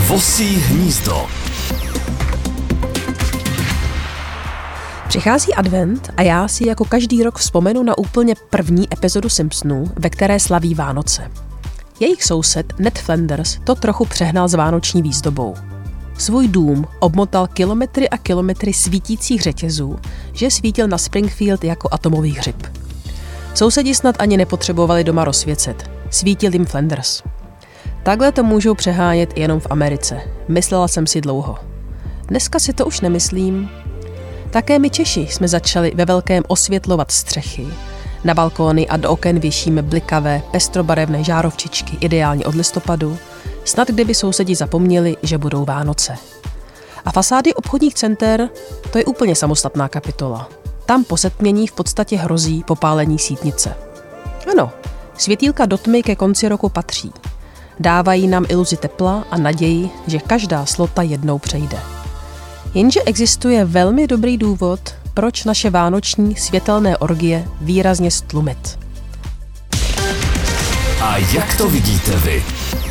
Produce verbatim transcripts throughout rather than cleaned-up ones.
Vosí hnízdo. Přichází advent a já si jako každý rok vzpomenu na úplně první epizodu Simpsonů, ve které slaví Vánoce. Jejich soused Ned Flanders to trochu přehnal s vánoční výzdobou. Svůj dům obmotal kilometry a kilometry svítících řetězů, že svítil na Springfield jako atomový hřib. Sousedi snad ani nepotřebovali doma rozsvěcet. Svítil jim Flanders. Takhle to můžou přehánět jenom v Americe. Myslela jsem si dlouho. Dneska si to už nemyslím. Také my Češi jsme začali ve velkém osvětlovat střechy. Na balkóny a do oken věšíme blikavé, pestrobarevné žárovčičky, ideálně od listopadu. Snad kdyby sousedi zapomněli, že budou Vánoce. A fasády obchodních center, to je úplně samostatná kapitola. Tam po setmění v podstatě hrozí popálení sítnice. Ano, světýlka do tmy ke konci roku patří. Dávají nám iluzi tepla a naději, že každá slota jednou přejde. Jenže existuje velmi dobrý důvod, proč naše vánoční světelné orgie výrazně stlumit. A jak to vidíte vy?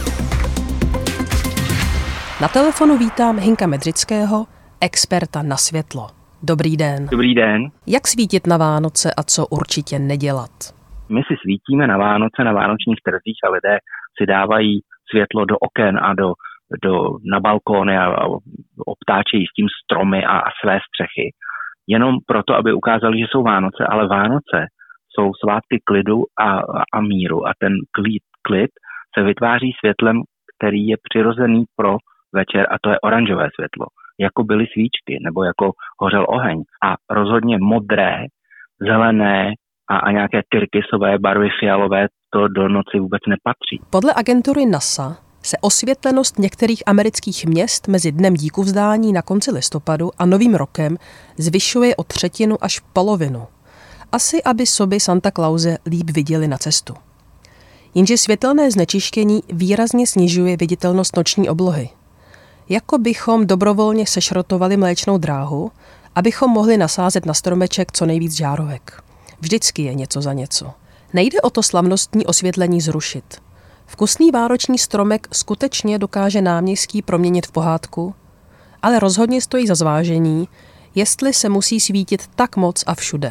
Na telefonu vítám Hinka Medřického, experta na světlo. Dobrý den. Dobrý den. Jak svítit na Vánoce a co určitě nedělat? My si svítíme na Vánoce na vánočních trzích a lidé si dávají světlo do oken a do, do, na balkóny a, a obtáčejí s tím stromy a, a své střechy. Jenom proto, aby ukázali, že jsou Vánoce, ale Vánoce jsou svátky klidu a, a míru a ten klid, klid se vytváří světlem, který je přirozený pro večer a to je oranžové světlo. Jako byly svíčky nebo jako hořel oheň a rozhodně modré, zelené a, a nějaké tyrkysové barvy fialové to do noci vůbec nepatří. Podle agentury NASA se osvětlenost některých amerických měst mezi Dnem díku vzdání na konci listopadu a Novým rokem zvyšuje o třetinu až polovinu. Asi, aby sobě Santa Clause líp viděli na cestu. Jenže světelné znečištění výrazně snižuje viditelnost noční oblohy. Jako bychom dobrovolně sešrotovali Mléčnou dráhu, abychom mohli nasázet na stromeček co nejvíc žárovek. Vždycky je něco za něco. Nejde o to slavnostní osvětlení zrušit. Vkusný vánoční stromek skutečně dokáže náměstí proměnit v pohádku, ale rozhodně stojí za zvážení, jestli se musí svítit tak moc a všude.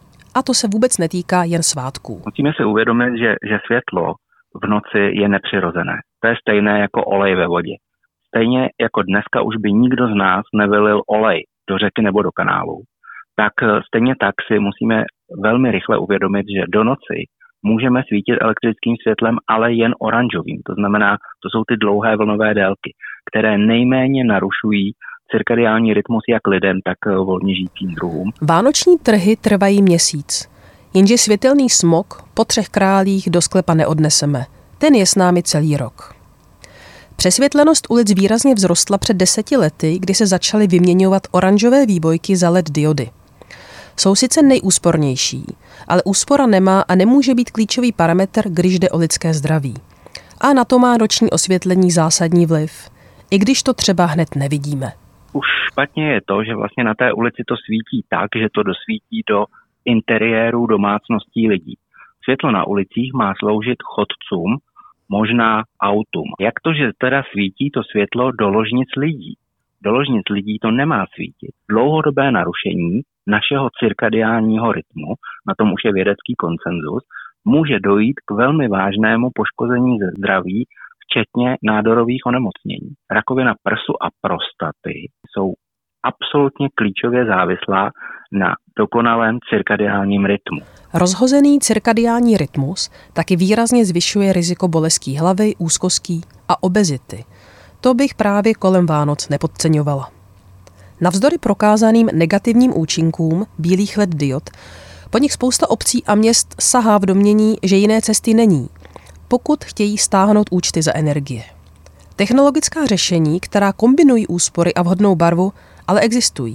A to se vůbec netýká jen svátků. Musíme si uvědomit, že, že světlo v noci je nepřirozené. To je stejné jako olej ve vodě. Stejně jako dneska už by nikdo z nás nevylil olej do řeky nebo do kanálu, tak stejně tak si musíme velmi rychle uvědomit, že do noci můžeme svítit elektrickým světlem, ale jen oranžovým. To znamená, to jsou ty dlouhé vlnové délky, které nejméně narušují cirkadiální rytmus jak lidem, tak volně žijícím druhům. Vánoční trhy trvají měsíc, jenže světelný smog po třech králích do sklepa neodneseme. Ten je s námi celý rok. Přesvětlenost ulic výrazně vzrostla před deseti lety, kdy se začaly vyměňovat oranžové výbojky za el é dé diody. Jsou sice nejúspornější, ale úspora nemá a nemůže být klíčový parametr, když jde o lidské zdraví. A na to má noční osvětlení zásadní vliv, i když to třeba hned nevidíme. Už špatně je to, že vlastně na té ulici to svítí tak, že to dosvítí do interiéru domácností lidí. Světlo na ulicích má sloužit chodcům, možná autům. Jak to, že teda svítí to světlo do ložnic lidí? Do ložnic lidí to nemá svítit. Dlouhodobé narušení našeho cirkadiálního rytmu, na tom už je vědecký konsenzus, může dojít k velmi vážnému poškození zdraví, včetně nádorových onemocnění. Rakovina prsu a prostaty jsou absolutně klíčově závislá na dokonalém cirkadiálním rytmu. Rozhozený cirkadiální rytmus taky výrazně zvyšuje riziko bolestí hlavy, úzkostí a obezity. To bych právě kolem Vánoc nepodceňovala. Navzdory prokázaným negativním účinkům bílých el é dé diod, po nich spousta obcí a měst sahá v domnění, že jiné cesty není, pokud chtějí stáhnout účty za energie. Technologická řešení, která kombinují úspory a vhodnou barvu, ale existují.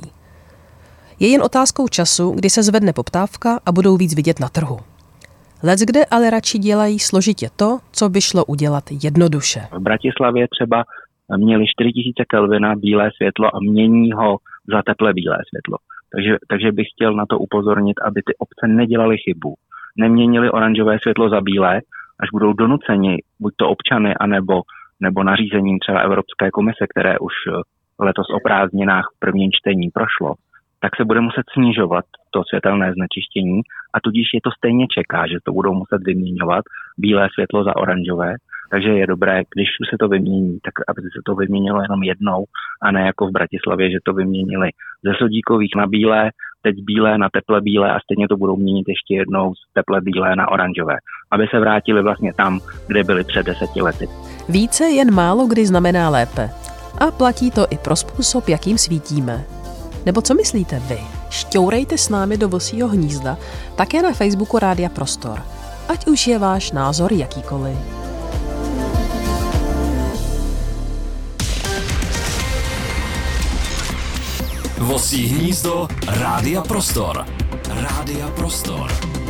Je jen otázkou času, kdy se zvedne poptávka a budou víc vidět na trhu. Leckde ale radši dělají složitě to, co by šlo udělat jednoduše. V Bratislavě třeba měli čtyři tisíce kelvina bílé světlo a mění ho za teple bílé světlo. Takže, takže bych chtěl na to upozornit, aby ty obce nedělaly chybu. Neměnili oranžové světlo za bílé, až budou donuceni, buď to občany, anebo nebo nařízením třeba Evropské komise, které už letos o prázdninách v prvním čtení prošlo, tak se bude muset snižovat to světelné znečištění a tudíž je to stejně čeká, že to budou muset vyměňovat bílé světlo za oranžové. Takže je dobré, když už se to vymění, tak aby se to vyměnilo jenom jednou a ne jako v Bratislavě, že to vyměnili ze sodíkových na bílé, teď bílé na teple bílé a stejně to budou měnit ještě jednou z teple bílé na oranžové. Aby se vrátili vlastně tam, kde byli před deseti lety. Více jen málo kdy znamená lépe. A platí to i pro způsob, jakým svítíme. Nebo co myslíte vy? Šťourejte s námi do Vlsího hnízda také na Facebooku Rádia Prostor. Ať už je váš názor jakýkoliv. Vlsí hnízdo Rádia Prostor. Rádia Prostor.